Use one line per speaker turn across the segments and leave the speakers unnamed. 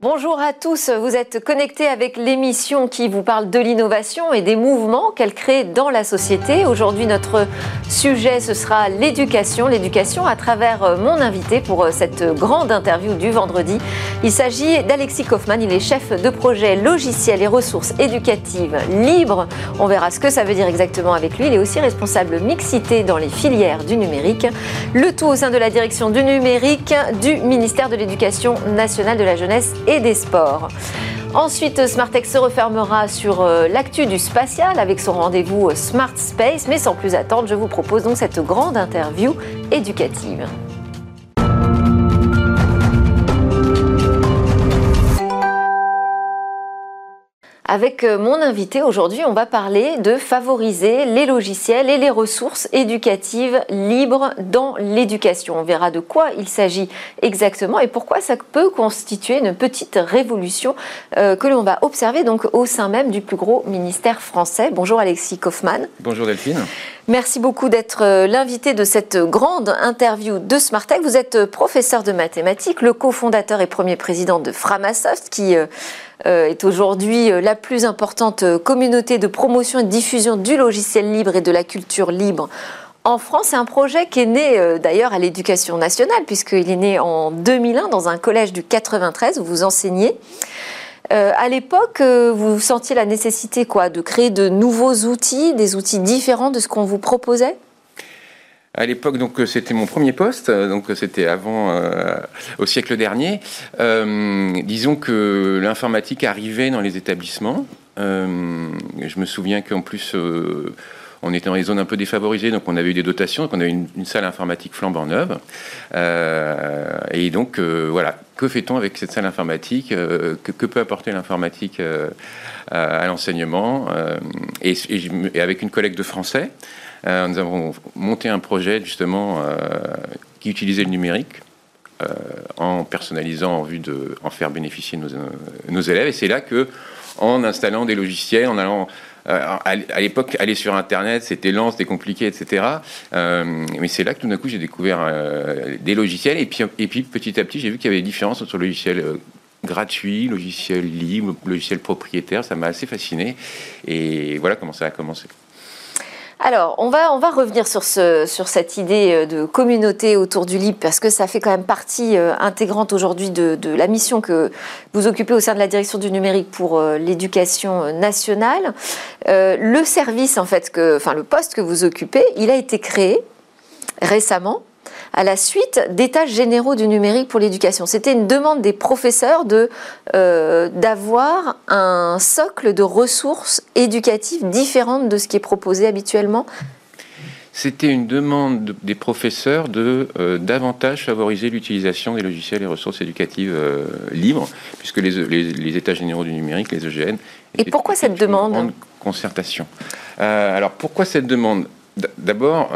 Bonjour à tous, vous êtes connectés avec l'émission qui vous parle de l'innovation et des mouvements qu'elle crée dans la société. Aujourd'hui, notre sujet, ce sera l'éducation à travers mon invité pour cette grande interview du vendredi. Il s'agit d'Alexis Kaufmann, il est chef de projet logiciels et ressources éducatives libres. On verra ce que ça veut dire exactement avec lui. Il est aussi responsable mixité dans les filières du numérique. Le tout au sein de la direction du numérique du ministère de l'Éducation nationale, de la jeunesse et des sports. Ensuite, Smartech se refermera sur l'actu du spatial avec son rendez-vous Smart Space. Mais sans plus attendre, je vous propose donc cette grande interview éducative. Avec mon invité aujourd'hui, on va parler de favoriser les logiciels et les ressources éducatives libres dans l'éducation. On verra de quoi il s'agit exactement et pourquoi ça peut constituer une petite révolution que l'on va observer donc au sein même du plus gros ministère français. Bonjour Alexis Kaufmann.
Bonjour Delphine.
Merci beaucoup d'être l'invité de cette grande interview de Smartech. Vous êtes professeur de mathématiques, le cofondateur et premier président de Framasoft qui est aujourd'hui la plus importante communauté de promotion et de diffusion du logiciel libre et de la culture libre en France. C'est un projet qui est né d'ailleurs à l'Éducation nationale, puisqu'il est né en 2001 dans un collège du 93 où vous enseignez. À l'époque, vous sentiez la nécessité de créer de nouveaux outils, des outils différents de ce qu'on vous proposait ?
À l'époque, donc c'était mon premier poste, donc c'était avant, au siècle dernier. Disons que l'informatique arrivait dans les établissements. Je me souviens qu'en plus, on était dans les zones un peu défavorisées, donc on avait eu des dotations, donc on avait une salle informatique flambant neuve. Et donc, voilà, que fait-on avec cette salle informatique ? Que peut apporter l'informatique à l'enseignement ? Et avec une collègue de français, nous avons monté un projet justement qui utilisait le numérique en personnalisant en vue de en faire bénéficier nos élèves. Et c'est là que, en installant des logiciels, en allant à l'époque, aller sur Internet, c'était lent, c'était compliqué, etc. Mais c'est là que tout d'un coup, j'ai découvert des logiciels. Et puis, petit à petit, j'ai vu qu'il y avait des différences entre logiciels gratuits, logiciels libres, logiciels propriétaires. Ça m'a assez fasciné. Et voilà comment ça a commencé.
Alors, on va revenir sur cette idée de communauté autour du libre, parce que ça fait quand même partie intégrante aujourd'hui de la mission que vous occupez au sein de la direction du numérique pour l'éducation nationale. Le service, le poste que vous occupez, il a été créé récemment à la suite d'états généraux du numérique pour l'éducation. C'était une demande des professeurs d'avoir un socle de ressources éducatives différentes de ce qui est proposé habituellement.
C'était une demande des professeurs de davantage favoriser l'utilisation des logiciels et ressources éducatives libres, puisque les états généraux du numérique, les EGN...
Et pourquoi cette demande ?
Une grande concertation. Alors, pourquoi cette demande ? D'abord,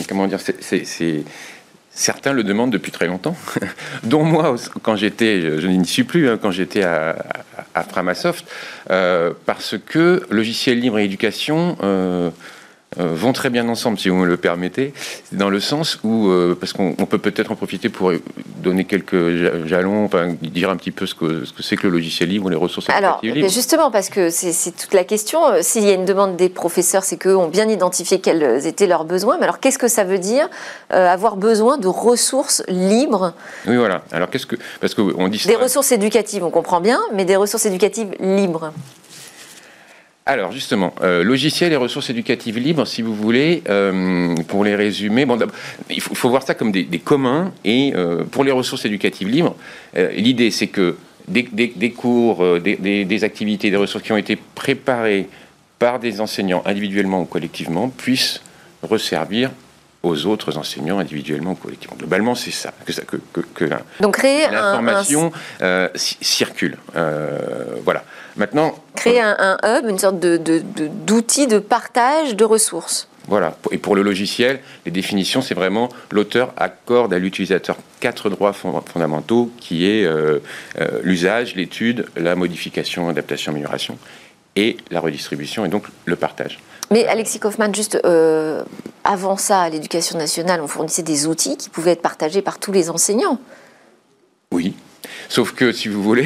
certains le demandent depuis très longtemps, dont moi, quand j'étais, je n'y suis plus, quand j'étais à Framasoft, parce que logiciel libre et éducation vont très bien ensemble, si vous me le permettez, dans le sens où, parce qu'on peut peut-être en profiter pour donner quelques jalons, dire un petit peu ce que c'est que le logiciel libre ou les ressources éducatives libres.
Justement, parce que c'est toute la question, s'il y a une demande des professeurs, c'est qu'eux ont bien identifié quels étaient leurs besoins, mais alors qu'est-ce que ça veut dire avoir besoin de ressources libres ?
Oui, voilà. Alors parce qu'on dit
des ressources éducatives, on comprend bien, mais des ressources éducatives libres.
Alors justement, logiciels et ressources éducatives libres, si vous voulez, pour les résumer, il faut voir ça comme des communs. Et pour les ressources éducatives libres, l'idée c'est que des cours, des activités, des ressources qui ont été préparées par des enseignants individuellement ou collectivement puissent resservir aux autres enseignants individuellement ou collectivement. Globalement, c'est ça que
donc créer
l'information circule. Voilà. Maintenant,
créer un hub, une sorte d'outil de partage de ressources.
Voilà. Et pour le logiciel, les définitions, c'est vraiment l'auteur accorde à l'utilisateur 4 droits fondamentaux, qui est l'usage, l'étude, la modification, adaptation, amélioration, et la redistribution, et donc le partage.
Mais Alexis Kaufmann, juste avant ça, à l'Éducation nationale, on fournissait des outils qui pouvaient être partagés par tous les enseignants.
Oui, sauf que, si vous voulez,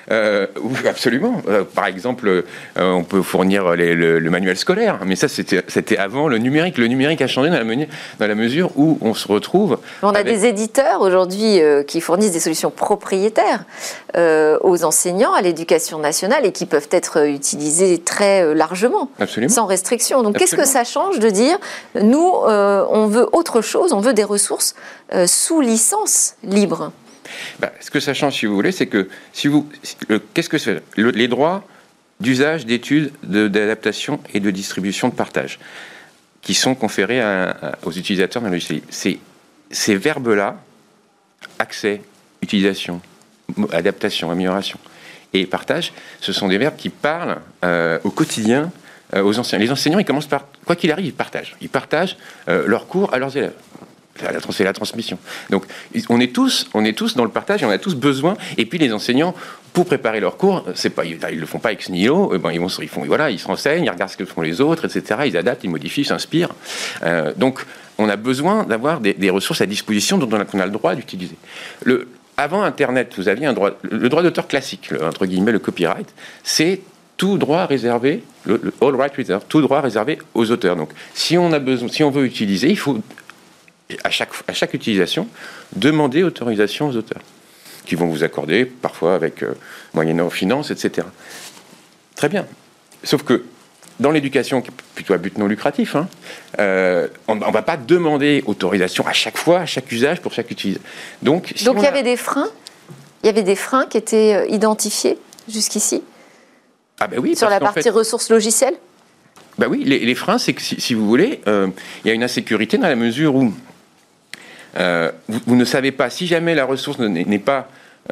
Absolument. Par exemple, on peut fournir le manuel scolaire, mais ça, c'était avant le numérique. Le numérique a changé dans la mesure où on se retrouve...
On a des éditeurs aujourd'hui qui fournissent des solutions propriétaires aux enseignants, à l'éducation nationale, et qui peuvent être utilisées très largement,
Absolument.
Sans restriction. Donc,
Absolument.
qu'est-ce que ça change de dire, nous, on veut autre chose, on veut des ressources sous licence libre?
Ce que ça change, si vous voulez, c'est que qu'est-ce que c'est les droits d'usage, d'étude, d'adaptation et de distribution, de partage, qui sont conférés aux utilisateurs d'un logiciel. Ces verbes-là, accès, utilisation, adaptation, amélioration et partage, ce sont des verbes qui parlent au quotidien aux enseignants. Les enseignants, ils commencent par, quoi qu'il arrive, ils partagent. Ils partagent leurs cours à leurs élèves. C'est la transmission. Donc, on est tous dans le partage et on a tous besoin. Et puis, les enseignants, pour préparer leurs cours, ils le font pas ex nihilo. Ils se renseignent, ils regardent ce que font les autres, etc. Ils adaptent, ils modifient, ils s'inspirent. Donc, on a besoin d'avoir des ressources à disposition dont on a le droit d'utiliser. Avant Internet, vous aviez le droit d'auteur classique, entre guillemets, le copyright, c'est tout droit réservé, le all right reserved, tout droit réservé aux auteurs. Donc, si on veut utiliser, il faut à chaque utilisation, demandez autorisation aux auteurs, qui vont vous accorder, parfois moyennant finances, etc. Très bien. Sauf que dans l'éducation, qui est plutôt à but non lucratif, on ne va pas demander autorisation à chaque fois, à chaque usage, pour chaque utilisation. Donc il
y avait des freins. Il y avait des freins qui étaient identifiés jusqu'ici.
Ah ben oui.
Sur la partie ressources logicielles.
Ben oui, les freins, c'est que si vous voulez, il y a une insécurité dans la mesure où vous ne savez pas, si jamais la ressource n'est pas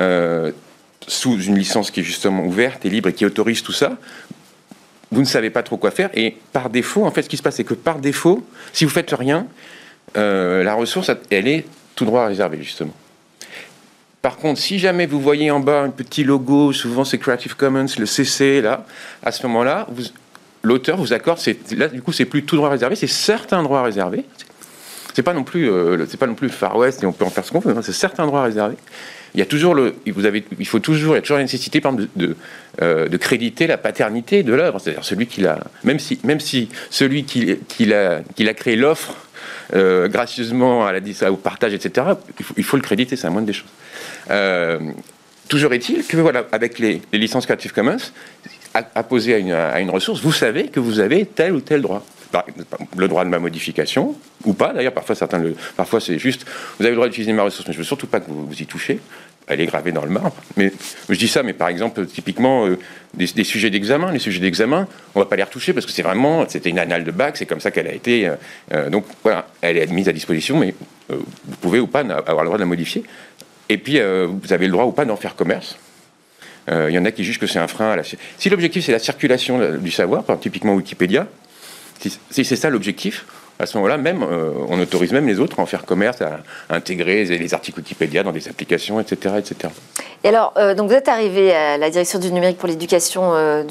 sous une licence qui est justement ouverte et libre et qui autorise tout ça, vous ne savez pas trop quoi faire. Et par défaut, en fait, ce qui se passe, c'est que par défaut, si vous faites rien, la ressource, elle est tout droit réservée, justement. Par contre, si jamais vous voyez en bas un petit logo, souvent c'est Creative Commons, le CC, là, à ce moment-là, l'auteur vous accorde, là, du coup, c'est plus tout droit réservé, c'est certains droits réservés. C'est pas non plus Far West et on peut en faire ce qu'on veut. C'est certains droits réservés. Il y a toujours il y a toujours la nécessité, par exemple, de créditer la paternité de l'œuvre, c'est-à-dire celui qui l'a, même si celui qui l'a créé l'offre gracieusement au partage, etc. Il faut le créditer, c'est la moindre des choses. Toujours est-il que voilà, avec les licences Creative Commons, apposées à une ressource, vous savez que vous avez tel ou tel droit. Le droit de ma modification, ou pas d'ailleurs, parfois c'est juste, vous avez le droit d'utiliser ma ressource, mais je ne veux surtout pas que vous y touchez, elle est gravée dans le marbre, mais je dis ça, mais par exemple, typiquement, des sujets d'examen, les sujets d'examen, on ne va pas les retoucher, parce que c'était une annale de bac, c'est comme ça qu'elle a été, donc voilà, elle est mise à disposition, mais vous pouvez ou pas avoir le droit de la modifier, et puis vous avez le droit ou pas d'en faire commerce. Il y en a qui jugent que c'est un frein à si l'objectif c'est la circulation du savoir, par exemple, typiquement Wikipédia, si c'est ça l'objectif, à ce moment-là, même, on autorise même les autres à en faire commerce, à intégrer les articles Wikipédia dans des applications, etc. etc.
Et alors, donc vous êtes arrivé à la direction du numérique pour l'éducation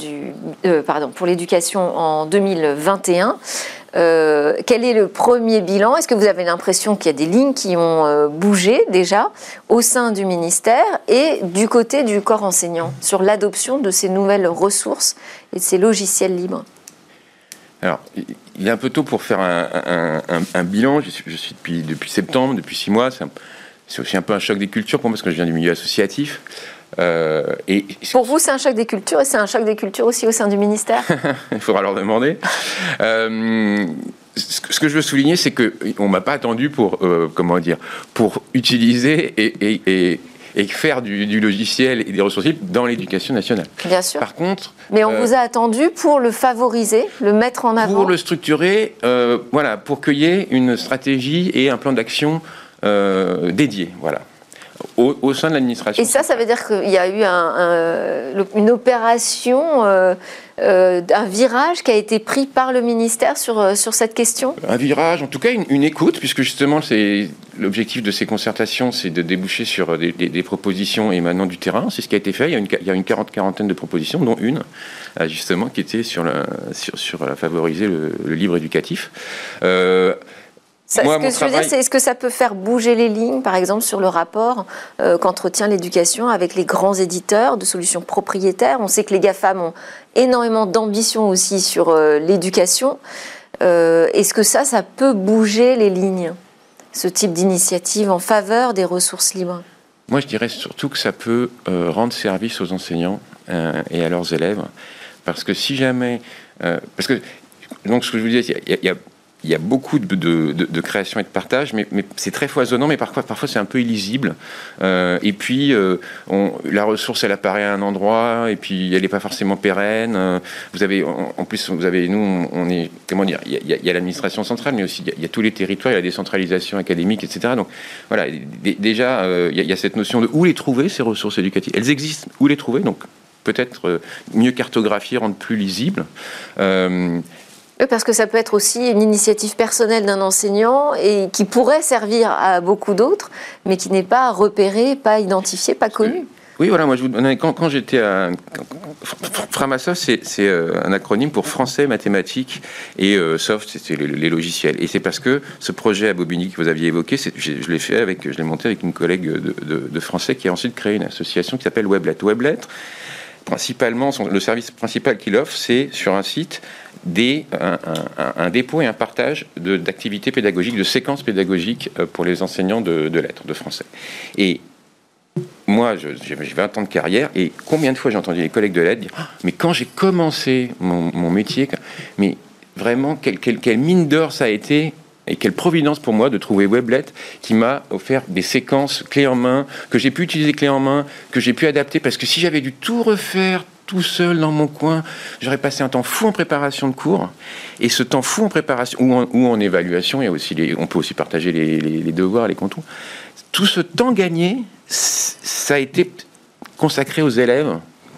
pour l'éducation en 2021. Quel est le premier bilan? Est-ce que vous avez l'impression qu'il y a des lignes qui ont bougé déjà au sein du ministère et du côté du corps enseignant sur l'adoption de ces nouvelles ressources et de ces logiciels libres?
Alors, il est un peu tôt pour faire un bilan. Je suis depuis septembre, depuis 6 mois. C'est aussi un peu un choc des cultures pour moi, parce que je viens du milieu associatif.
Pour vous, c'est un choc des cultures, et c'est un choc des cultures aussi au sein du ministère?
Il faudra leur demander. Ce que je veux souligner, c'est qu'on ne m'a pas attendu pour utiliser et faire du logiciel et des ressources libres dans l'éducation nationale.
Bien sûr.
Par contre...
Mais on vous a attendu pour le favoriser, le mettre en avant?
Pour le structurer, pour qu'il y ait une stratégie et un plan d'action dédié, voilà, au sein de l'administration.
Et ça veut dire qu'il y a eu une opération, un virage qui a été pris par le ministère sur cette question? Un
virage, en tout cas une écoute, puisque justement l'objectif de ces concertations, c'est de déboucher sur des propositions émanant du terrain. C'est ce qui a été fait. Il y a une quarantaine de propositions, dont une justement qui était sur favoriser le libre éducatif.
Est-ce que ça peut faire bouger les lignes, par exemple, sur le rapport qu'entretient l'éducation avec les grands éditeurs de solutions propriétaires? On sait que les GAFAM ont énormément d'ambition aussi sur l'éducation. Est-ce que ça peut bouger les lignes, ce type d'initiative en faveur des ressources libres?
Moi, je dirais surtout que ça peut rendre service aux enseignants et à leurs élèves. Parce que si jamais... parce que, donc, ce que je vous disais, il y a beaucoup de création et de partage, mais c'est très foisonnant, mais parfois c'est un peu illisible. Et puis, la ressource, elle apparaît à un endroit, et puis elle n'est pas forcément pérenne. Vous avez, en plus, nous, on est, comment dire, il y a l'administration centrale, mais aussi il y a tous les territoires, il y a la décentralisation académique, etc. Donc, voilà, déjà, il y a cette notion de où les trouver, ces ressources éducatives. Elles existent, où les trouver, donc peut-être mieux cartographier, rendre plus lisible.
Parce que ça peut être aussi une initiative personnelle d'un enseignant et qui pourrait servir à beaucoup d'autres, mais qui n'est pas repérée, pas identifiée, pas connue.
Oui, voilà, moi, quand j'étais à Framasoft, c'est un acronyme pour français, mathématiques et soft, c'était les logiciels. Et c'est parce que ce projet à Bobigny que vous aviez évoqué, je l'ai monté avec une collègue de français qui a ensuite créé une association qui s'appelle Weblet. Weblet, principalement, le service principal qu'il offre, c'est sur un site un dépôt et un partage d'activités pédagogiques, de séquences pédagogiques pour les enseignants de lettres, de français. Et moi, j'ai 20 ans de carrière, et combien de fois j'ai entendu les collègues de lettres dire « Mais quand j'ai commencé mon métier, mais vraiment, quelle mine d'or ça a été !» Et quelle providence pour moi de trouver Weblet qui m'a offert des séquences clés en main, que j'ai pu utiliser clés en main, que j'ai pu adapter, parce que si j'avais dû tout refaire tout seul dans mon coin, j'aurais passé un temps fou en préparation de cours. Et ce temps fou en préparation, ou en évaluation, il y a aussi on peut aussi partager les devoirs, les contours. Tout ce temps gagné, ça a été consacré aux élèves,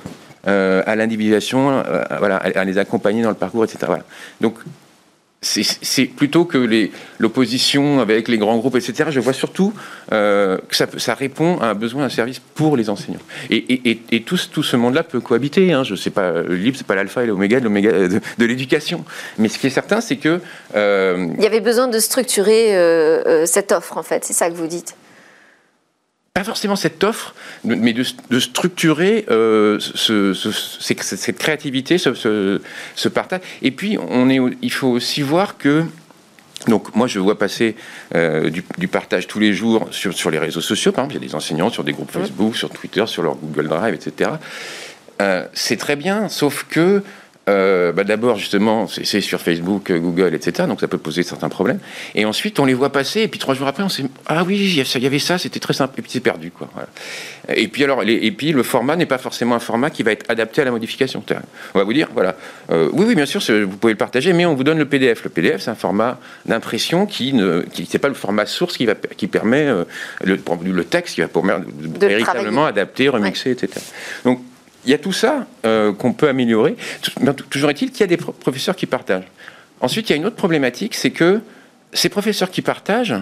à l'individualisation, voilà, à les accompagner dans le parcours, etc. Voilà. Donc, c'est plutôt que l'opposition avec les grands groupes, etc. Je vois surtout que ça répond à un besoin, à un service pour les enseignants. Et tout ce monde-là peut cohabiter. Hein. Je sais pas, le libre, c'est pas l'alpha et l'oméga de l'éducation. Mais ce qui est certain, c'est que...
Il y avait besoin de structurer cette offre, en fait. C'est ça que vous dites.
Pas forcément cette offre, mais de structurer cette créativité, ce partage. Et puis, il faut aussi voir que... Donc, moi, je vois passer du partage tous les jours sur les réseaux sociaux. Par exemple, il y a des enseignants sur des groupes Facebook, sur Twitter, sur leur Google Drive, etc. C'est très bien, sauf que... d'abord, justement, c'est sur Facebook, Google, etc. Donc, ça peut poser certains problèmes. Et ensuite, on les voit passer. Et puis, 3 jours après, on s'est... Ah oui, il y avait ça, c'était très simple. Et puis, c'est perdu, quoi. Voilà. Et puis, le format n'est pas forcément un format qui va être adapté à la modification. On va vous dire, voilà. Oui, bien sûr, vous pouvez le partager, mais on vous donne le PDF. Le PDF, c'est un format d'impression qui c'est pas le format source qui permet le texte qui va permettre de véritablement adapter, remixer, etc. Donc, il y a tout ça qu'on peut améliorer. Toujours est-il qu'il y a des professeurs qui partagent. Ensuite, il y a une autre problématique, c'est que ces professeurs qui partagent,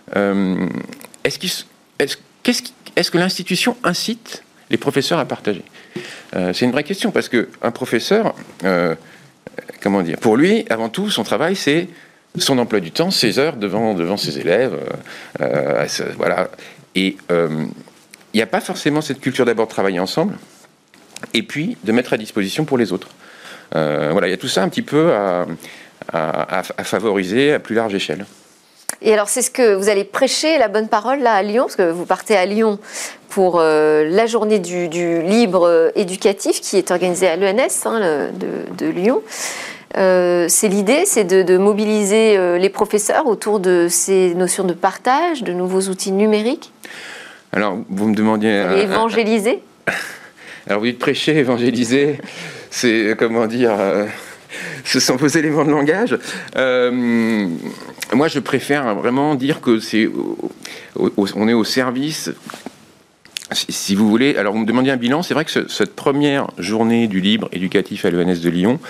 est-ce que l'institution incite les professeurs à partager ? C'est une vraie question, parce qu'un professeur, pour lui, avant tout, son travail, c'est son emploi du temps, ses heures devant ses élèves. Voilà. Et il n'y a pas forcément cette culture d'abord de travailler ensemble, et puis de mettre à disposition pour les autres. Voilà, il y a tout ça un petit peu à favoriser à plus large échelle.
Et alors, c'est ce que vous allez prêcher, la bonne parole, là, à Lyon, parce que vous partez à Lyon pour la journée du libre éducatif qui est organisée à l'ENS de Lyon. C'est l'idée, c'est de mobiliser les professeurs autour de ces notions de partage, de nouveaux outils numériques.
Alors, vous me demandiez...
évangéliser.
Alors, vous dites prêcher, évangéliser, c'est, ce sont vos éléments de langage. Moi, je préfère vraiment dire que on est au service, si vous voulez. Alors, vous me demandiez un bilan. C'est vrai que cette première journée du libre éducatif à l'ENS de Lyon,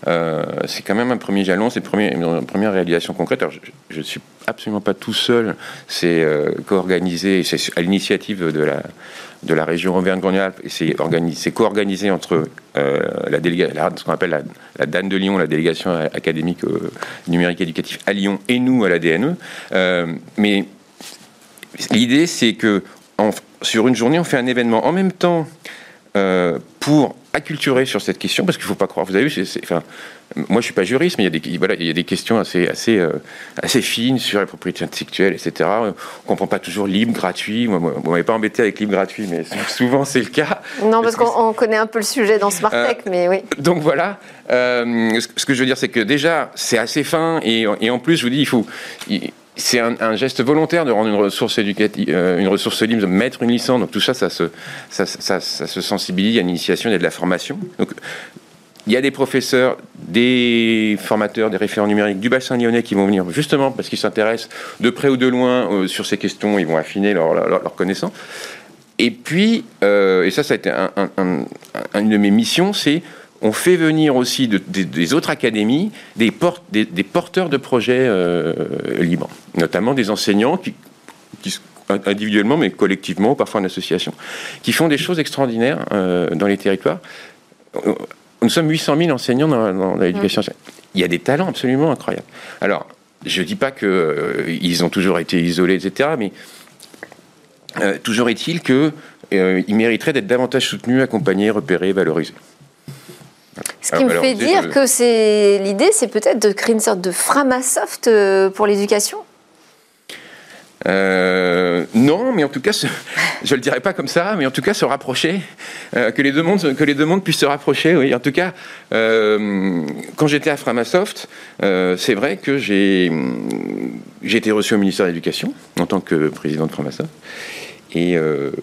c'est quand même un premier jalon, c'est une première réalisation concrète. Alors, je ne suis absolument pas tout seul, c'est co-organisé, c'est à l'initiative de la région Auvergne-Rhône-Alpes, et c'est co-organisé entre ce qu'on appelle la DAN de Lyon, la délégation académique numérique éducatif à Lyon, et nous à la DNE. Mais l'idée, c'est que sur une journée, on fait un événement en même temps pour acculturer sur cette question, parce qu'il ne faut pas croire, vous avez vu, moi je ne suis pas juriste, mais il y a des questions assez fines sur la propriété intellectuelle, etc. On ne comprend pas toujours libre, gratuit. Moi, vous ne m'avez pas embêté avec libre, gratuit, mais souvent c'est le cas.
Non, parce qu'on connaît un peu le sujet dans Smart Tech, mais oui.
Donc voilà, ce que je veux dire, c'est que déjà, c'est assez fin, et en plus, je vous dis, c'est un geste volontaire de rendre une ressource éducative, une ressource libre, de mettre une licence. Donc tout ça se sensibilise. Il y a une initiation, il y a de la formation. Donc il y a des professeurs, des formateurs, des référents numériques du bassin lyonnais qui vont venir justement parce qu'ils s'intéressent de près ou de loin sur ces questions. Ils vont affiner leur connaissance. Et puis, et ça a été une de mes missions, c'est on fait venir aussi des autres académies des porteurs de projets libres, notamment des enseignants qui individuellement, mais collectivement, parfois en association, qui font des choses extraordinaires dans les territoires. Nous sommes 800 000 enseignants dans l'éducation. Il y a des talents absolument incroyables. Alors, je ne dis pas qu'ils ont toujours été isolés, etc., mais toujours est-il qu'ils mériteraient d'être davantage soutenus, accompagnés, repérés, valorisés.
Ce qui me fait dire que l'idée, c'est peut-être de créer une sorte de Framasoft pour l'éducation.
Non, mais en tout cas, je le dirais pas comme ça, mais en tout cas se rapprocher, que les deux mondes puissent se rapprocher. Oui, en tout cas, quand j'étais à Framasoft, c'est vrai que j'ai été reçu au ministère de l'Éducation en tant que président de Framasoft, et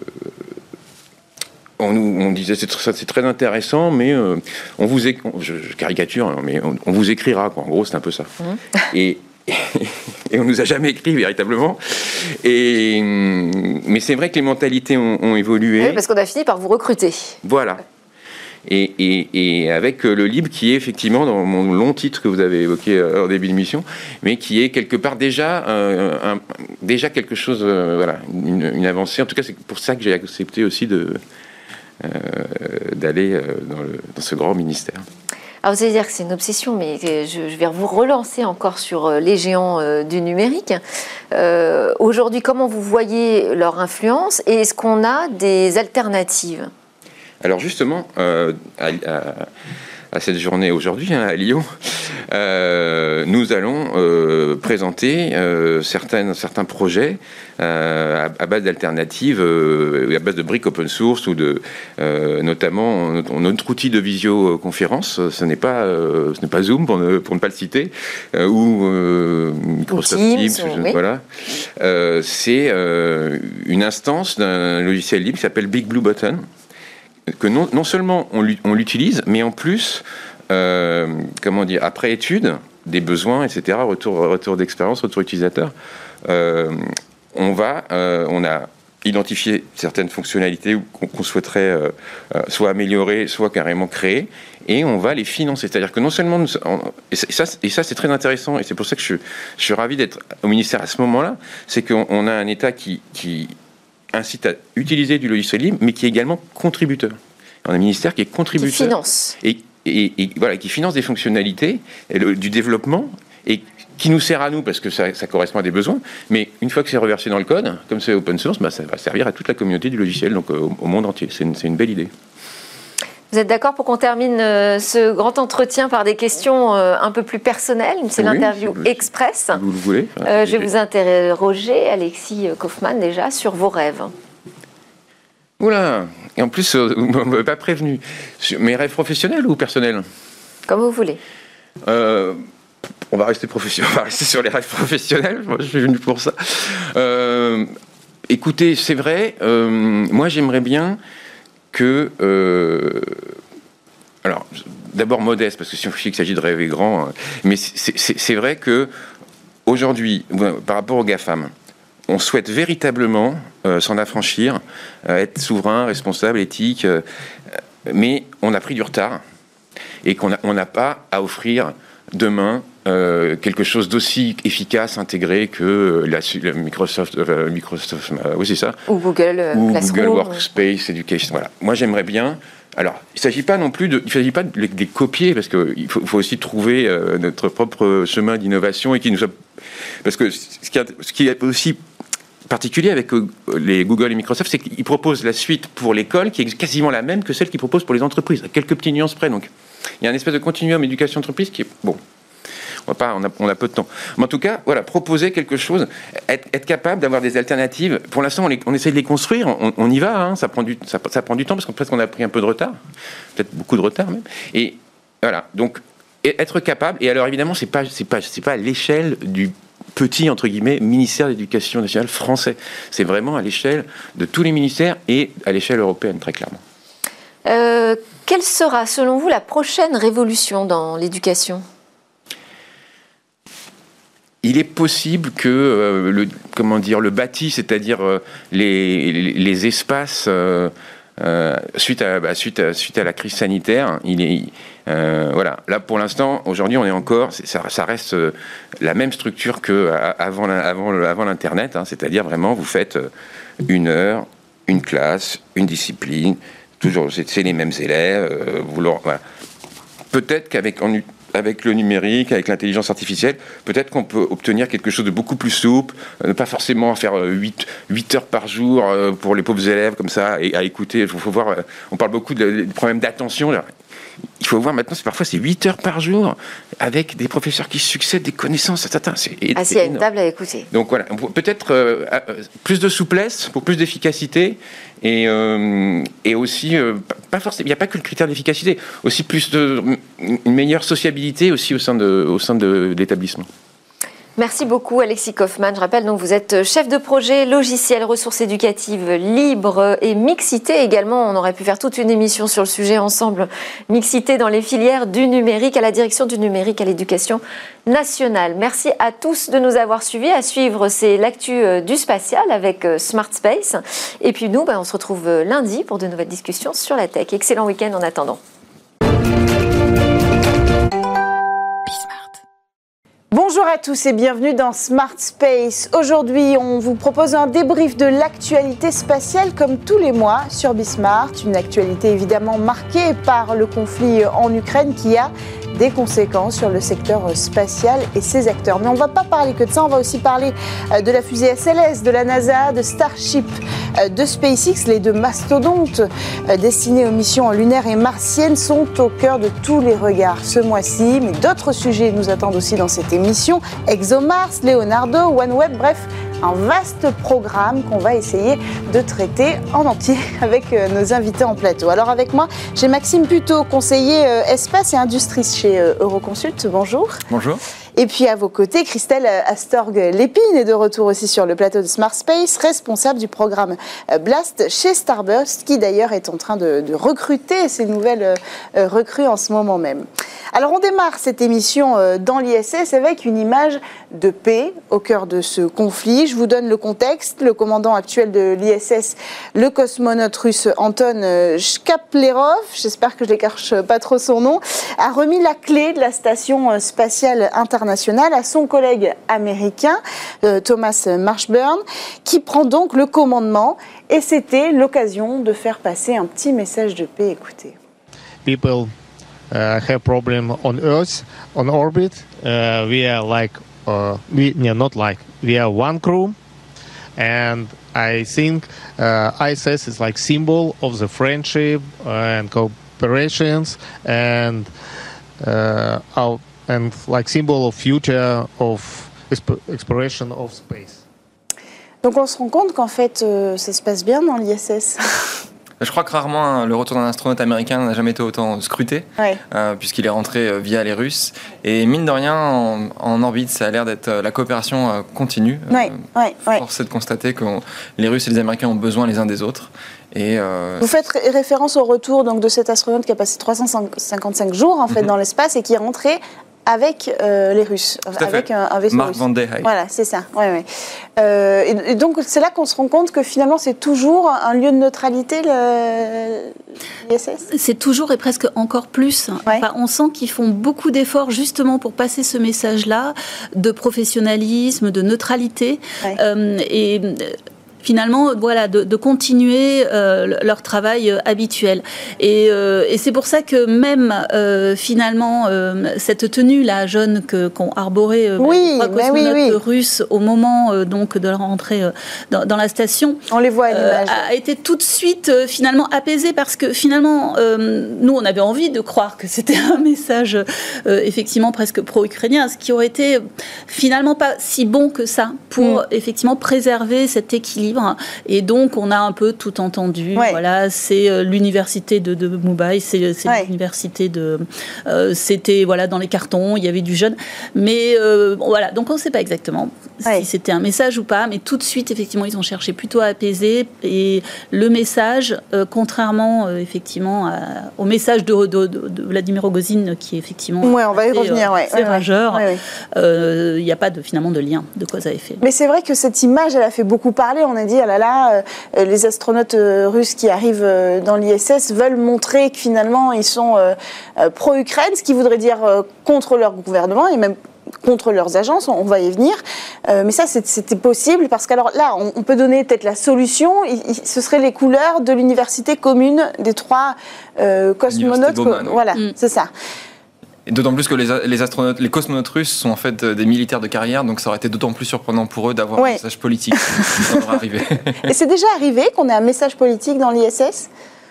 on disait c'est très intéressant, mais je caricature, hein, mais on vous écrira, quoi. En gros, c'est un peu ça. Et on nous a jamais écrit véritablement. Mais c'est vrai que les mentalités ont évolué.
Oui, parce qu'on a fini par vous recruter.
Voilà. Et avec le libre qui est effectivement dans mon long titre que vous avez évoqué en début d'émission, mais qui est quelque part déjà quelque chose, voilà, une avancée. En tout cas, c'est pour ça que j'ai accepté aussi d'aller dans ce grand ministère.
Alors vous allez dire que c'est une obsession, mais je vais vous relancer encore sur les géants du numérique. Aujourd'hui, comment vous voyez leur influence et est-ce qu'on a des alternatives ?
Alors justement, à cette journée aujourd'hui, à Lyon, nous allons présenter certains projets à base d'alternatives, à base de briques open source ou notamment notre outil de visioconférence. Ce n'est pas Zoom pour ne pas le citer, ou Microsoft Teams, oui. Voilà. C'est une instance d'un logiciel libre qui s'appelle Big Blue Button, que non seulement on l'utilise, mais en plus, après étude des besoins, etc., retour d'expérience, retour utilisateur, on a identifié certaines fonctionnalités qu'on souhaiterait soit améliorer, soit carrément créer, et on va les financer. C'est-à-dire que non seulement et ça c'est très intéressant, et c'est pour ça que je suis ravi d'être au ministère à ce moment-là, c'est qu'on a un État qui incite à utiliser du logiciel libre, mais qui est également contributeur. On a un ministère qui est contributeur.
Qui finance.
Et voilà, qui finance des fonctionnalités, du développement, et qui nous sert à nous, parce que ça correspond à des besoins, mais une fois que c'est reversé dans le code, comme c'est open source, ça va servir à toute la communauté du logiciel, donc au monde entier. C'est une belle idée.
Vous êtes d'accord pour qu'on termine ce grand entretien par des questions un peu plus personnelles ? C'est l'interview express.
Si vous le voulez.
Je vais vous interroger, Alexis Kaufmann, déjà, sur vos rêves.
Oula, et en plus, vous ne m'avez pas prévenu. Mes rêves professionnels ou personnels ?
Comme vous voulez.
On va rester sur les rêves professionnels. Moi, je suis venu pour ça. Écoutez, c'est vrai, moi, j'aimerais bien que... alors, d'abord modeste, parce que si on dit qu'il s'agit de rêver grand, mais c'est vrai que aujourd'hui, par rapport aux GAFAM, on souhaite véritablement s'en affranchir, être souverain, responsable, éthique, mais on a pris du retard. Et qu'on n'a pas à offrir demain quelque chose d'aussi efficace, intégré que la Microsoft, oui c'est ça,
ou Google
Workspace Education. Voilà. Moi j'aimerais bien. Alors, il ne s'agit pas non plus de les copier, parce qu'il faut aussi trouver notre propre chemin d'innovation et qui nous soit... Parce que ce qui est aussi particulier avec les Google et Microsoft, c'est qu'ils proposent la suite pour l'école qui est quasiment la même que celle qu'ils proposent pour les entreprises, à quelques petites nuances près. Donc, il y a un espèce de continuum éducation-entreprise qui est... Bon, on a peu de temps. Mais en tout cas, voilà, proposer quelque chose, être capable d'avoir des alternatives. Pour l'instant, on essaie de les construire, on y va, hein, ça prend du temps, parce qu'en fait, on a pris un peu de retard, peut-être beaucoup de retard même. Et voilà, donc, être capable, et alors évidemment, c'est pas à l'échelle du petit, entre guillemets, ministère de l'Éducation nationale français. C'est vraiment à l'échelle de tous les ministères et à l'échelle européenne, très clairement.
Quelle sera, selon vous, la prochaine révolution dans l'éducation ?
Il est possible que le bâti, c'est-à-dire les espaces suite à la crise sanitaire, voilà. Là pour l'instant, aujourd'hui, on est encore, ça reste la même structure que avant l'internet, hein, c'est-à-dire vraiment vous faites 1 heure, une classe, une discipline, toujours c'est les mêmes élèves. Voilà. Peut-être qu'avec le numérique, avec l'intelligence artificielle, peut-être qu'on peut obtenir quelque chose de beaucoup plus souple, ne pas forcément faire 8 heures par jour pour les pauvres élèves comme ça, et à écouter. Il faut voir, on parle beaucoup des problèmes d'attention. Là. Il faut voir maintenant, parfois c'est 8 heures par jour, avec des professeurs qui succèdent, des connaissances,
assis à une table à écouter.
Donc voilà, peut-être plus de souplesse, pour plus d'efficacité, et aussi, pas forcément, il n'y a pas que le critère d'efficacité, aussi une meilleure sociabilité aussi au sein de l'établissement.
Merci beaucoup Alexis Kaufmann. Je rappelle donc vous êtes chef de projet logiciel ressources éducatives libres et mixité également. On aurait pu faire toute une émission sur le sujet ensemble. Mixité dans les filières du numérique, à la direction du numérique à l'éducation nationale. Merci à tous de nous avoir suivis. À suivre, c'est l'actu du spatial avec Smart Space. Et puis nous, on se retrouve lundi pour de nouvelles discussions sur la tech. Excellent week-end en attendant.
Bonjour à tous et bienvenue dans Smart Space. Aujourd'hui, on vous propose un débrief de l'actualité spatiale comme tous les mois sur Bismart. Une actualité évidemment marquée par le conflit en Ukraine qui a des conséquences sur le secteur spatial et ses acteurs. Mais on ne va pas parler que de ça, on va aussi parler de la fusée SLS, de la NASA, de Starship, de SpaceX. Les 2 mastodontes destinés aux missions lunaires et martiennes sont au cœur de tous les regards ce mois-ci. Mais d'autres sujets nous attendent aussi dans cette émission. ExoMars, Leonardo, OneWeb, bref, un vaste programme qu'on va essayer de traiter en entier avec nos invités en plateau. Alors avec moi, j'ai Maxime Puteaux, conseiller espace et industrie chez Euroconsult. Bonjour.
Bonjour.
Et puis à vos côtés, Christelle Astorg-Lépine est de retour aussi sur le plateau de Smart Space, responsable du programme Blast chez Starburst, qui d'ailleurs est en train de recruter ces nouvelles recrues en ce moment même. Alors on démarre cette émission dans l'ISS avec une image de paix au cœur de ce conflit. Je vous donne le contexte. Le commandant actuel de l'ISS, le cosmonaute russe Anton Shkaplerov, j'espère que je n'écorche pas trop son nom, a remis la clé de la station spatiale internationale à son collègue américain, Thomas Marshburn, qui prend donc le commandement. Et c'était l'occasion de faire passer un petit message de paix. Écoutez.
People have problem on Earth, on orbit. We are we are one crew, and I think ISS is like symbol of the friendship and cooperations and like symbol of future of exploration of space.
Donc on se rend compte qu'en fait ça se passe bien dans l'ISS.
Je crois que rarement le retour d'un astronaute américain n'a jamais été autant scruté,
ouais.
Puisqu'il est rentré via les Russes. Et mine de rien, en orbite, ça a l'air d'être la coopération continue. Force est de constater que les Russes et les Américains ont besoin les uns des autres. Et
Vous faites référence au retour donc, de cet astronaute qui a passé 355 jours en fait, dans l'espace et qui est rentré avec les Russes, avec un vaisseau
Mark
russe.
Van der Heij.
Voilà, c'est ça. Ouais. Et donc, c'est là qu'on se rend compte que finalement, c'est toujours un lieu de neutralité, l'ISS.
C'est toujours et presque encore plus.
Ouais.
Enfin, on sent qu'ils font beaucoup d'efforts justement pour passer ce message-là de professionnalisme, de neutralité.
Ouais.
Finalement, voilà, de continuer leur travail habituel. Et c'est pour ça que même finalement cette tenue-là jaune qu'ont arboré les 3 cosmonautes russes au moment donc de leur entrée dans la station,
on les voit à l'image,
a été tout de suite finalement apaisée parce que finalement nous on avait envie de croire que c'était un message effectivement presque pro-ukrainien, ce qui aurait été finalement pas si bon que ça pour effectivement préserver cet équilibre. Et donc, on a un peu tout entendu.
Ouais.
Voilà, c'est l'université de Mumbai, c'est l'université de... c'était voilà, dans les cartons, il y avait du jeune. Mais voilà, donc on ne sait pas exactement si c'était un message ou pas. Mais tout de suite, effectivement, ils ont cherché plutôt à apaiser. Et le message, contrairement effectivement au message de Vladimir Rogozin, qui est effectivement...
Ouais, on va y revenir,
c'est rageur. Il n'y a pas finalement de lien de cause à effet.
Mais c'est vrai que cette image, elle a fait beaucoup parler. On a dit, ah là là, les astronautes russes qui arrivent dans l'ISS veulent montrer que finalement ils sont pro-Ukraine, ce qui voudrait dire contre leur gouvernement et même contre leurs agences, on va y venir. Mais ça, c'était possible parce qu'alors là, on peut donner peut-être la solution. Ce serait les couleurs de l'université commune des 3 cosmonautes. Voilà, c'est ça.
Et d'autant plus que les cosmonautes russes sont en fait des militaires de carrière, donc ça aurait été d'autant plus surprenant pour eux d'avoir un message politique. Ça devrait arriver. Et
c'est déjà arrivé qu'on ait un message politique dans l'ISS ?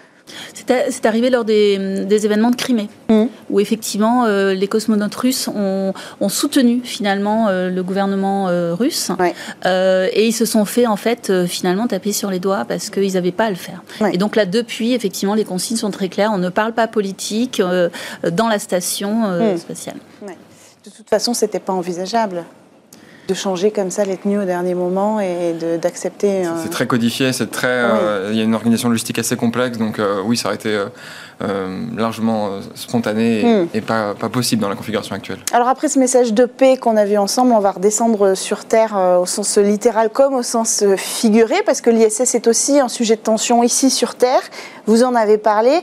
C'est arrivé lors des événements de Crimée, où effectivement les cosmonautes russes ont soutenu finalement le gouvernement russe, et ils se sont fait en fait finalement taper sur les doigts parce qu'ils n'avaient pas à le faire. Et donc là depuis effectivement les consignes sont très claires, on ne parle pas politique dans la station spatiale.
De toute façon, c'était pas envisageable de changer comme ça les tenues au dernier moment et d'accepter...
C'est très codifié, c'est très... il y a une organisation logistique assez complexe, donc oui, ça aurait été largement spontané et pas possible dans la configuration actuelle.
Alors après ce message de paix qu'on a vu ensemble, on va redescendre sur Terre au sens littéral comme au sens figuré, parce que l'ISS est aussi un sujet de tension ici sur Terre. Vous en avez parlé.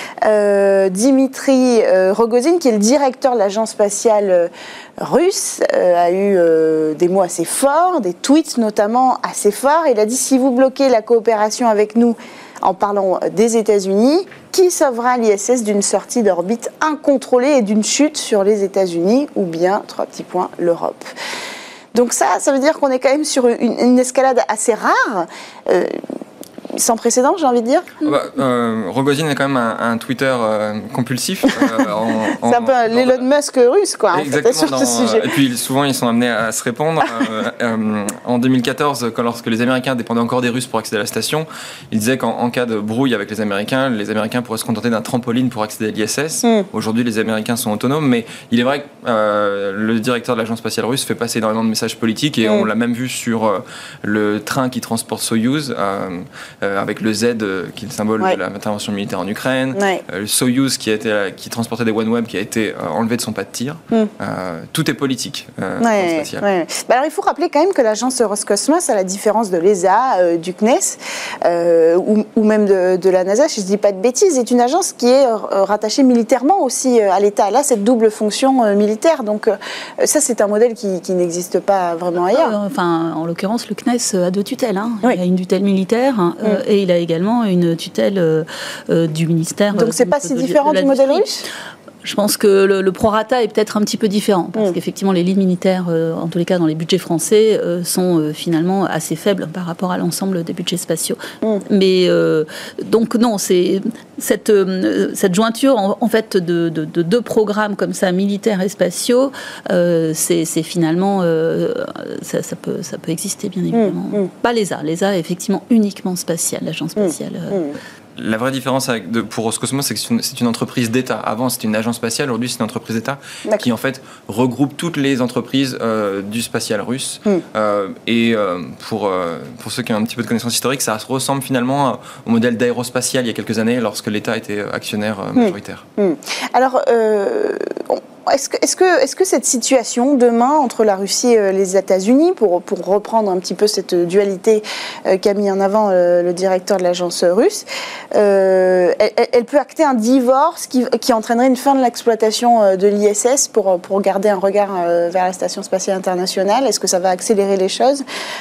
Dimitri Rogozin, qui est le directeur de l'agence spatiale russe, a eu des mots assez forts, des tweets notamment assez forts. Il a dit « Si vous bloquez la coopération avec nous en parlant des États-Unis, qui sauvera l'ISS d'une sortie d'orbite incontrôlée et d'une chute sur les États-Unis ou bien, 3 petits points, l'Europe ?» Donc ça veut dire qu'on est quand même sur une escalade assez rare. Sans précédent, j'ai envie de dire.
Rogozin a quand même un Twitter compulsif.
C'est un peu l'Elon Musk russe, quoi.
Exactement.
Sur ce sujet.
Et puis souvent, ils sont amenés à se répondre. En 2014, lorsque les Américains dépendaient encore des Russes pour accéder à la station, il disait qu'en cas de brouille avec les Américains pourraient se contenter d'un trampoline pour accéder à l'ISS. Aujourd'hui, les Américains sont autonomes, mais il est vrai que le directeur de l'agence spatiale russe fait passer énormément de messages politiques, et on l'a même vu sur le train qui transporte Soyouz, avec le Z qui est le symbole de l'intervention militaire en Ukraine, le Soyouz qui transportait des OneWeb qui a été enlevé de son pas de tir. Tout est politique spatial.
Alors il faut rappeler quand même que l'agence Roscosmos, à la différence de l'ESA, du CNES ou même de la NASA, si je ne dis pas de bêtises, est une agence qui est rattachée militairement aussi à l'État. Elle a cette double fonction militaire, donc ça c'est un modèle qui n'existe pas vraiment ailleurs.
Enfin, en l'occurrence, le CNES a 2 tutelles. Il a une tutelle militaire et il a également une tutelle du ministère.
Donc c'est pas si différent du modèle russe ?
Je pense que le prorata est peut-être un petit peu différent, parce qu'effectivement les lignes militaires, en tous les cas dans les budgets français, sont finalement assez faibles par rapport à l'ensemble des budgets spatiaux. Mais donc non, c'est cette jointure en fait de 2 programmes comme ça, militaires et spatiaux, c'est finalement ça peut exister bien évidemment. Pas l'ESA est effectivement uniquement spatiale, l'agence spatiale.
La vraie différence pour Roscosmos, c'est que c'est une entreprise d'État. Avant, c'était une agence spatiale. Aujourd'hui, c'est une entreprise d'État qui, en fait, regroupe toutes les entreprises du spatial russe. Et pour ceux qui ont un petit peu de connaissances historiques, ça ressemble finalement au modèle d'aérospatial il y a quelques années, lorsque l'État était actionnaire majoritaire.
Alors, est-ce que cette situation demain entre la Russie et les États-Unis, pour reprendre un petit peu cette dualité qu'a mis en avant le directeur de l'agence russe, elle peut acter un divorce qui entraînerait une fin de l'exploitation de l'ISS pour garder un regard vers la Station spatiale internationale? Est-ce que ça va accélérer les choses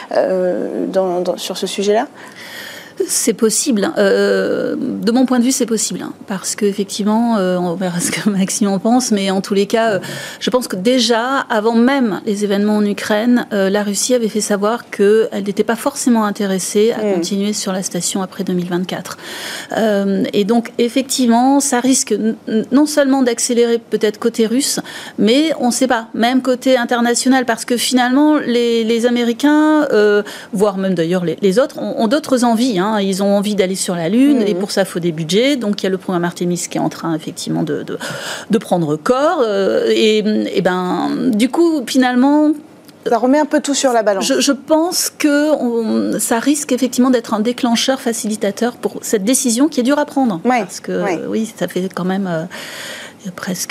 sur ce sujet-là?
C'est possible. De mon point de vue, c'est possible. Parce qu'effectivement, on verra ce que Maxime en pense, mais en tous les cas, je pense que déjà, avant même les événements en Ukraine, la Russie avait fait savoir qu'elle n'était pas forcément intéressée à continuer sur la station après 2024. Et donc, effectivement, ça risque non seulement d'accélérer peut-être côté russe, mais on ne sait pas, même côté international, parce que finalement, les Américains, voire même d'ailleurs les autres, ont d'autres envies. Ils ont envie d'aller sur la Lune et pour ça, il faut des budgets. Donc, il y a le programme Artemis qui est en train, effectivement, de prendre corps. Et du coup, finalement...
Ça remet un peu tout sur la balance.
Je pense que ça risque effectivement d'être un déclencheur facilitateur pour cette décision qui est dure à prendre. Parce que, oui, ça fait quand même... presque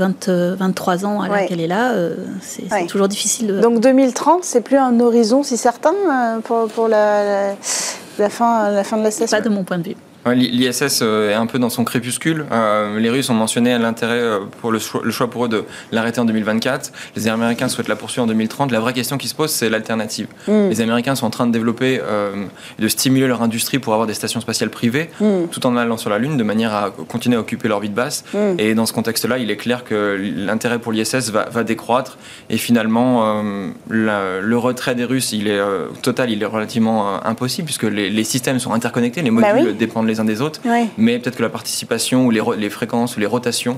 23 ans qu'elle est là, c'est toujours difficile.
Donc 2030, c'est plus un horizon si certain pour la fin de la station?
Pas de mon point de vue.
L'ISS est un peu dans son crépuscule. Les Russes ont mentionné l'intérêt pour le choix pour eux de l'arrêter en 2024. Les Américains souhaitent la poursuivre en 2030. La vraie question qui se pose, c'est l'alternative. Les Américains sont en train de développer et de stimuler leur industrie pour avoir des stations spatiales privées, tout en allant sur la Lune, de manière à continuer à occuper l'orbite basse. Et dans ce contexte-là, il est clair que l'intérêt pour l'ISS va décroître. Et finalement, le retrait des Russes, il est relativement impossible, puisque les systèmes sont interconnectés, les modules dépendent les uns des autres, mais peut-être que la participation ou les fréquences ou les rotations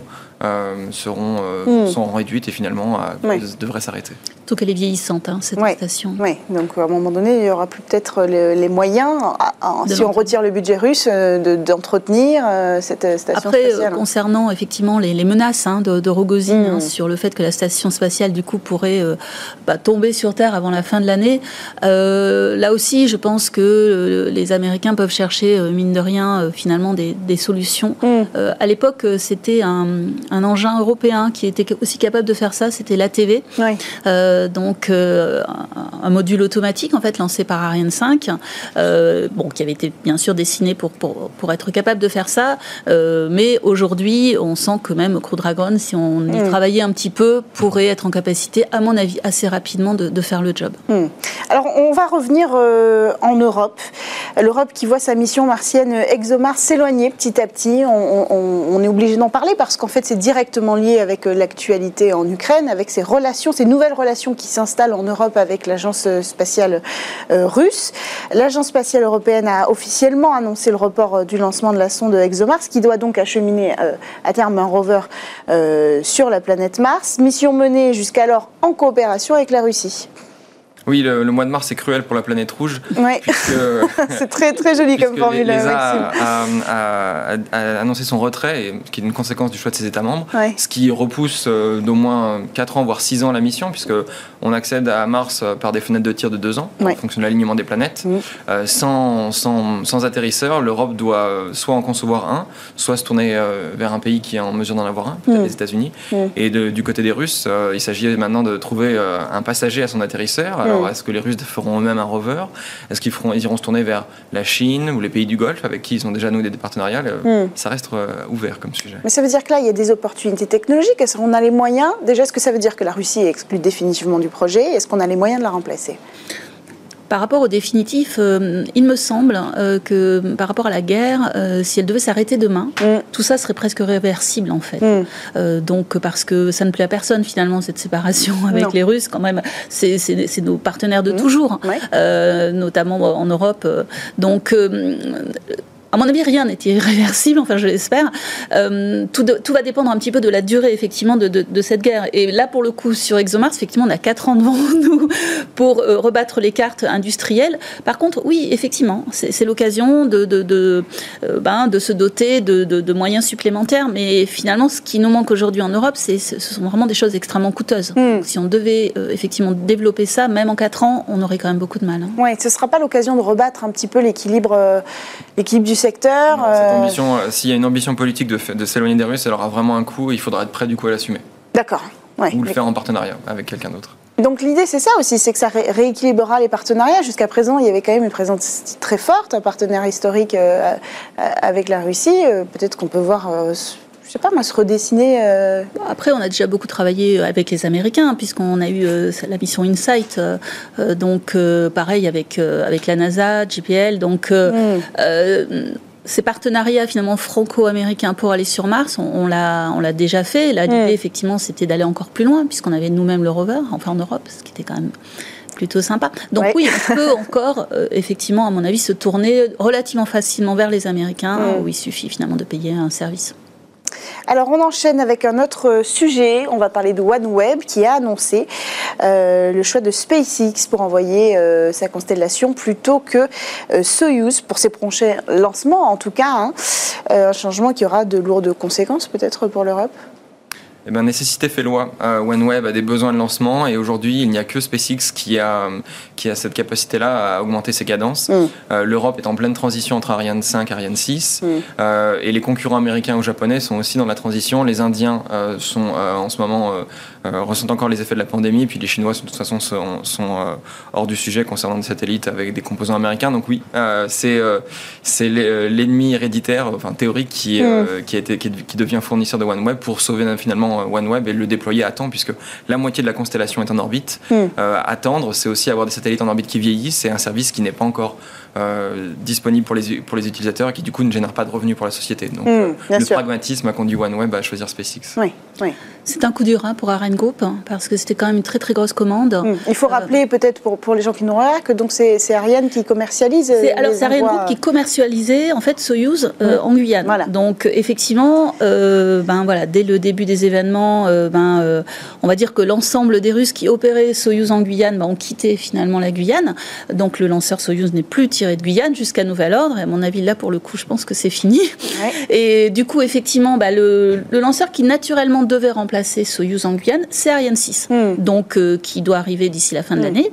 seront réduites et finalement devraient s'arrêter.
Surtout qu'elle est vieillissante, cette station.
Oui, donc à un moment donné, il y aura peut-être les moyens, si on retire le budget russe, d'entretenir cette station spatiale.
Après, concernant effectivement les menaces de Rogozin sur le fait que la station spatiale du coup pourrait tomber sur Terre avant la fin de l'année, là aussi, je pense que les Américains peuvent chercher, mine de rien, finalement des solutions. À l'époque, c'était un engin européen qui était aussi capable de faire ça, c'était l'ATV. Donc un module automatique en fait lancé par Ariane 5, qui avait été bien sûr dessiné pour être capable de faire ça, mais aujourd'hui on sent que même Crew Dragon, si on y travaillait un petit peu, pourrait être en capacité, à mon avis, assez rapidement de faire le job.
Alors on va revenir en Europe. L'Europe qui voit sa mission martienne ExoMars s'éloigner petit à petit. On est obligé d'en parler parce qu'en fait c'est directement lié avec l'actualité en Ukraine, avec ces nouvelles relations qui s'installent en Europe avec l'agence spatiale russe. L'agence spatiale européenne a officiellement annoncé le report du lancement de la sonde ExoMars, qui doit donc acheminer à terme un rover sur la planète Mars. Mission menée jusqu'alors en coopération avec la Russie.
Oui, le mois de mars est cruel pour la planète rouge.
C'est très très joli comme formule.
L'ESA a annoncé son retrait, qui est une conséquence du choix de ses États membres, ce qui repousse d'au moins 4 ans, voire 6 ans la mission, puisqu'on accède à Mars par des fenêtres de tir de 2 ans, en fonction de l'alignement des planètes. Sans atterrisseur, l'Europe doit soit en concevoir un, soit se tourner vers un pays qui est en mesure d'en avoir un, peut-être les États-Unis. Et du côté des Russes, il s'agit maintenant de trouver un passager à son atterrisseur. Alors, est-ce que les Russes feront eux-mêmes un rover? Est-ce qu'ils iront se tourner vers la Chine ou les pays du Golfe, avec qui ils ont déjà noué des partenariats? Ça reste ouvert comme sujet.
Mais ça veut dire que là, il y a des opportunités technologiques. Est-ce qu'on a les moyens? Déjà, est-ce que ça veut dire que la Russie est exclue définitivement du projet? Est-ce qu'on a les moyens de la remplacer?
Par rapport au définitif, il me semble que par rapport à la guerre, si elle devait s'arrêter demain, tout ça serait presque réversible en fait. Donc parce que ça ne plaît à personne finalement cette séparation avec les Russes quand même. C'est nos partenaires de toujours, notamment en Europe. Donc à mon avis, rien n'est irréversible, enfin je l'espère. Tout va dépendre un petit peu de la durée, effectivement, de cette guerre. Et là, pour le coup, sur ExoMars, effectivement, on a 4 ans devant nous pour rebattre les cartes industrielles. Par contre, oui, effectivement, c'est l'occasion de se doter de moyens supplémentaires. Mais finalement, ce qui nous manque aujourd'hui en Europe, ce sont vraiment des choses extrêmement coûteuses. Donc, si on devait effectivement développer ça, même en 4 ans, on aurait quand même beaucoup de mal.
Oui, ce ne sera pas l'occasion de rebattre un petit peu l'équilibre du secteur.
S'il y a une ambition politique de s'éloigner des Russes, elle aura vraiment un coût et il faudra être prêt du coup à l'assumer.
D'accord. Ouais,
ou le faire en partenariat avec quelqu'un d'autre.
Donc l'idée c'est ça aussi, c'est que ça rééquilibrera les partenariats. Jusqu'à présent, il y avait quand même une présence très forte, un partenaire historique avec la Russie. Peut-être qu'on peut voir, je sais pas moi, se redessiner.
Après, on a déjà beaucoup travaillé avec les Américains, puisqu'on a eu la mission InSight, donc pareil avec la NASA, JPL, donc... Ces partenariats finalement franco-américains pour aller sur Mars, on l'a déjà fait. Là, l'idée effectivement, c'était d'aller encore plus loin, puisqu'on avait nous-mêmes le rover, enfin en Europe, ce qui était quand même plutôt sympa. Donc oui, on peut encore, effectivement, à mon avis, se tourner relativement facilement vers les Américains, où il suffit finalement de payer un service.
Alors on enchaîne avec un autre sujet, on va parler de OneWeb qui a annoncé le choix de SpaceX pour envoyer sa constellation plutôt que Soyuz pour ses prochains lancements en tout cas, un changement qui aura de lourdes conséquences peut-être pour l'Europe.
Eh bien, nécessité fait loi. OneWeb a des besoins de lancement et aujourd'hui, il n'y a que SpaceX qui a cette capacité-là à augmenter ses cadences. L'Europe est en pleine transition entre Ariane 5 et Ariane 6 et les concurrents américains ou japonais sont aussi dans la transition. Les Indiens sont en ce moment ressentent encore les effets de la pandémie et puis les Chinois de toute façon sont hors du sujet concernant des satellites avec des composants américains. Donc oui, c'est l'ennemi héréditaire, enfin théorique qui devient fournisseur de OneWeb pour sauver finalement OneWeb et le déployer à temps puisque la moitié de la constellation est en orbite. Attendre, c'est aussi avoir des satellites en orbite qui vieillissent. C'est un service qui n'est pas encore disponible pour les utilisateurs et qui du coup ne génère pas de revenus pour la société. Donc le pragmatisme a conduit OneWeb à choisir SpaceX.
Oui.
C'est un coup dur pour Ariane Group parce que c'était quand même une très très grosse commande.
Il faut rappeler peut-être pour les gens qui n'aient rien que donc c'est Ariane qui commercialise.
C'est Ariane Group qui commercialisait en fait Soyuz en Guyane. Voilà. Donc effectivement, dès le début des événements, on va dire que l'ensemble des Russes qui opéraient Soyuz en Guyane ont quitté finalement la Guyane. Donc le lanceur Soyuz n'est plus tiré de Guyane jusqu'à nouvel ordre. Et à mon avis là pour le coup, je pense que c'est fini. Et du coup effectivement, le lanceur qui naturellement devait remplacer Soyuz en Guyane, c'est Ariane 6, donc qui doit arriver d'ici la fin de l'année.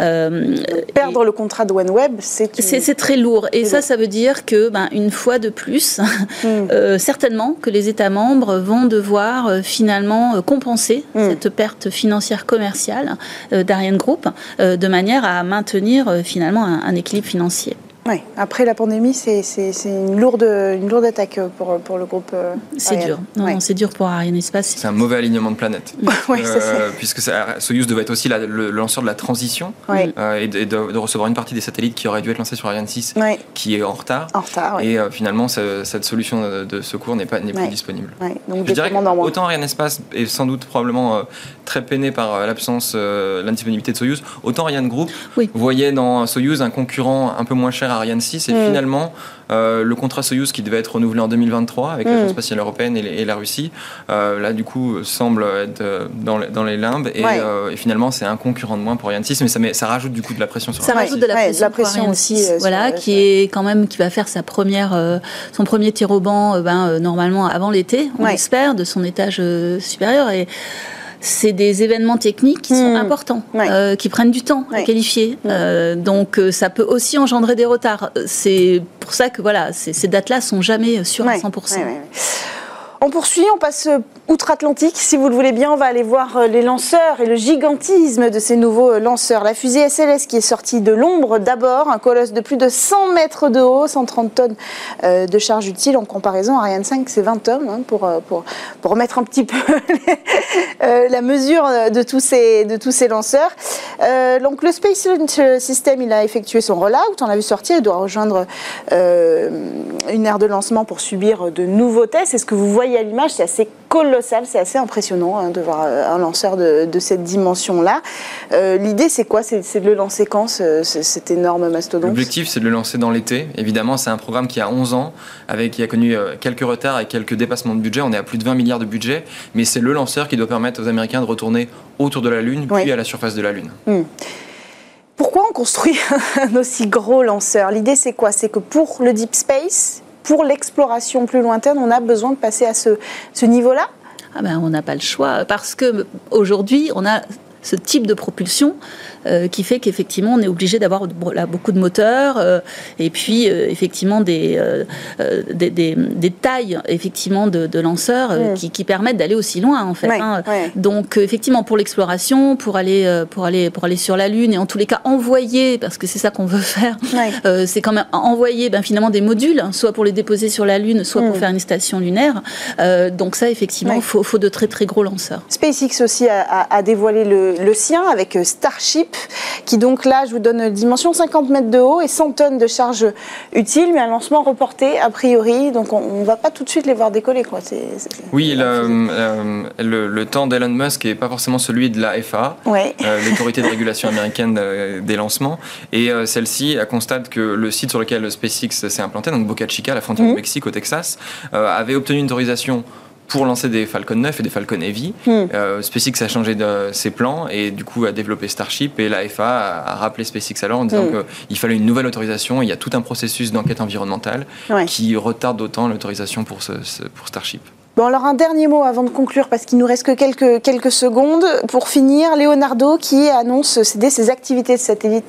Perdre le contrat de OneWeb,
c'est très lourd. Et ça veut dire que, une fois de plus, certainement que les États membres vont devoir finalement compenser cette perte financière commerciale d'Ariane Group, de manière à maintenir finalement un équilibre financier.
Oui, après la pandémie, c'est une lourde attaque pour le groupe.
C'est dur. Non, c'est dur pour Arianespace.
C'est un mauvais alignement de planète. Puisque Soyuz devait être aussi le lanceur de la transition et de recevoir une partie des satellites qui auraient dû être lancés sur Ariane 6, qui est en retard. Et finalement, cette solution de secours n'est plus disponible.
Donc
je dirais autant Arianespace est sans doute probablement très peiné par l'indisponibilité de Soyuz, autant Ariane Group voyait dans Soyuz un concurrent un peu moins cher à Ariane 6 et finalement le contrat Soyuz qui devait être renouvelé en 2023 avec l'Agence spatiale européenne et la Russie là du coup semble être dans les limbes et finalement c'est un concurrent de moins pour Ariane 6 mais ça rajoute du coup de la pression sur
ça rajoute de la pression Ariane 6 qui va faire son premier tir au banc normalement avant l'été on espère de son étage supérieur et c'est des événements techniques qui sont importants, qui prennent du temps à qualifier. Donc ça peut aussi engendrer des retards. C'est pour ça que ces dates-là sont jamais sûres à 100%.
On poursuit, on passe outre-Atlantique. Si vous le voulez bien, on va aller voir les lanceurs et le gigantisme de ces nouveaux lanceurs. La fusée SLS qui est sortie de l'ombre d'abord, un colosse de plus de 100 mètres de haut, 130 tonnes de charge utile. En comparaison, Ariane 5, c'est 20 tonnes, pour remettre un petit peu la mesure de tous ces lanceurs. Donc le Space Launch System, il a effectué son rollout, on l'a vu sortir, il doit rejoindre une aire de lancement pour subir de nouveaux tests. Est-ce que vous voyez à l'image, c'est assez colossal, c'est assez impressionnant de voir un lanceur de cette dimension-là. L'idée, c'est quoi ? C'est de le lancer quand, cet énorme mastodonte ?
L'objectif, c'est de le lancer dans l'été. Évidemment, c'est un programme qui a 11 ans, qui a connu quelques retards et quelques dépassements de budget. On est à plus de 20 milliards de budget, mais c'est le lanceur qui doit permettre aux Américains de retourner autour de la Lune, puis à la surface de la Lune.
Pourquoi on construit un aussi gros lanceur ? L'idée, c'est quoi ? C'est que pour le deep space, pour l'exploration plus lointaine, on a besoin de passer à ce niveau-là ?
On n'a pas le choix, parce qu'aujourd'hui, on a ce type de propulsion qui fait qu'effectivement on est obligé d'avoir beaucoup de moteurs et puis effectivement des tailles effectivement de lanceurs qui permettent d'aller aussi loin en fait. Donc effectivement pour l'exploration, pour aller sur la Lune et en tous les cas envoyer, parce que c'est ça qu'on veut faire, c'est quand même envoyer finalement des modules, soit pour les déposer sur la Lune, soit pour faire une station lunaire. Donc ça effectivement il faut de très très gros lanceurs.
SpaceX aussi a dévoilé le sien avec Starship, qui donc là, je vous donne dimension 50 mètres de haut et 100 tonnes de charge utile, mais un lancement reporté a priori, donc on ne va pas tout de suite les voir décoller, quoi.
Oui, le temps d'Elon Musk n'est pas forcément celui de la FAA, l'autorité de régulation américaine des lancements, et celle-ci constate que le site sur lequel SpaceX s'est implanté, donc Boca Chica, la frontière du Mexique au Texas, avait obtenu une autorisation pour lancer des Falcon 9 et des Falcon Heavy. SpaceX a changé ses plans et du coup a développé Starship, et la FAA a rappelé SpaceX alors en disant qu'il fallait une nouvelle autorisation. Il y a tout un processus d'enquête environnementale qui retarde d'autant l'autorisation pour Starship.
Bon, alors un dernier mot avant de conclure, parce qu'il nous reste que quelques secondes. Pour finir, Leonardo qui annonce céder ses activités de satellite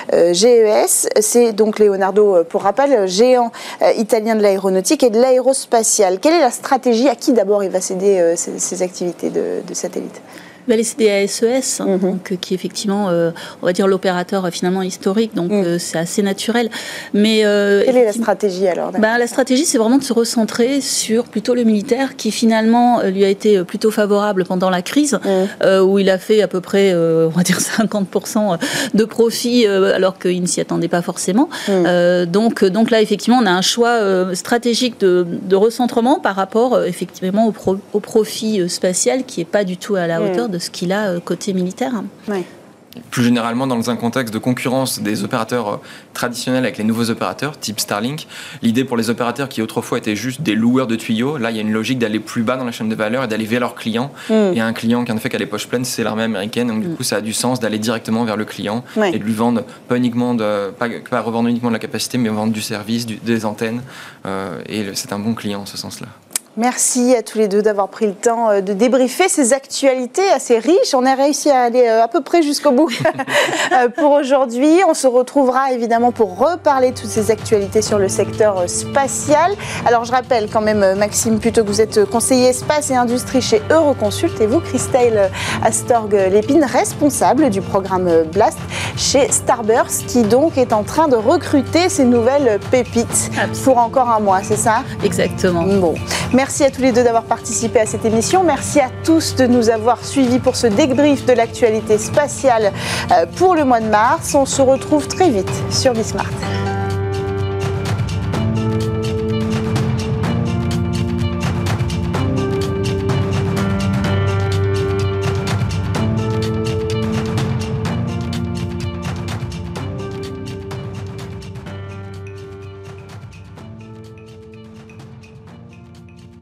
GES. C'est donc Leonardo, pour rappel, géant italien de l'aéronautique et de l'aérospatiale. Quelle est la stratégie? À qui d'abord il va céder ses activités de satellite?
Il va les céder à SES, donc, qui est effectivement, on va dire, l'opérateur finalement historique, donc c'est assez naturel. Mais,
quelle est la stratégie alors?
La stratégie, c'est vraiment de se recentrer sur plutôt le militaire, qui finalement lui a été plutôt favorable pendant la crise, où il a fait à peu près, on va dire 50% de profit, alors qu'il ne s'y attendait pas forcément. Donc là, effectivement, on a un choix stratégique de recentrement par rapport, effectivement, au profit spatial, qui n'est pas du tout à la hauteur de ce qu'il a côté militaire.
Plus généralement, dans un contexte de concurrence des opérateurs traditionnels avec les nouveaux opérateurs, type Starlink, l'idée pour les opérateurs qui autrefois étaient juste des loueurs de tuyaux, là il y a une logique d'aller plus bas dans la chaîne de valeur et d'aller vers leurs clients. Et un client qui en fait qui a les poches pleines, c'est l'armée américaine, donc du coup ça a du sens d'aller directement vers le client et de lui vendre pas revendre uniquement de la capacité, mais vendre du service, des antennes, et c'est un bon client en ce sens-là.
Merci à tous les deux d'avoir pris le temps de débriefer ces actualités assez riches. On a réussi à aller à peu près jusqu'au bout pour aujourd'hui. On se retrouvera évidemment pour reparler de toutes ces actualités sur le secteur spatial. Alors je rappelle quand même, Maxime Puteaux, que vous êtes conseiller espace et industrie chez Euroconsult, et vous, Christelle Astorg-Lépine, responsable du programme Blast chez Starburst, qui donc est en train de recruter ces nouvelles pépites pour encore un mois, c'est ça?
Exactement.
Bon. Merci à tous les deux d'avoir participé à cette émission. Merci à tous de nous avoir suivis pour ce débrief de l'actualité spatiale pour le mois de mars. On se retrouve très vite sur Bismart.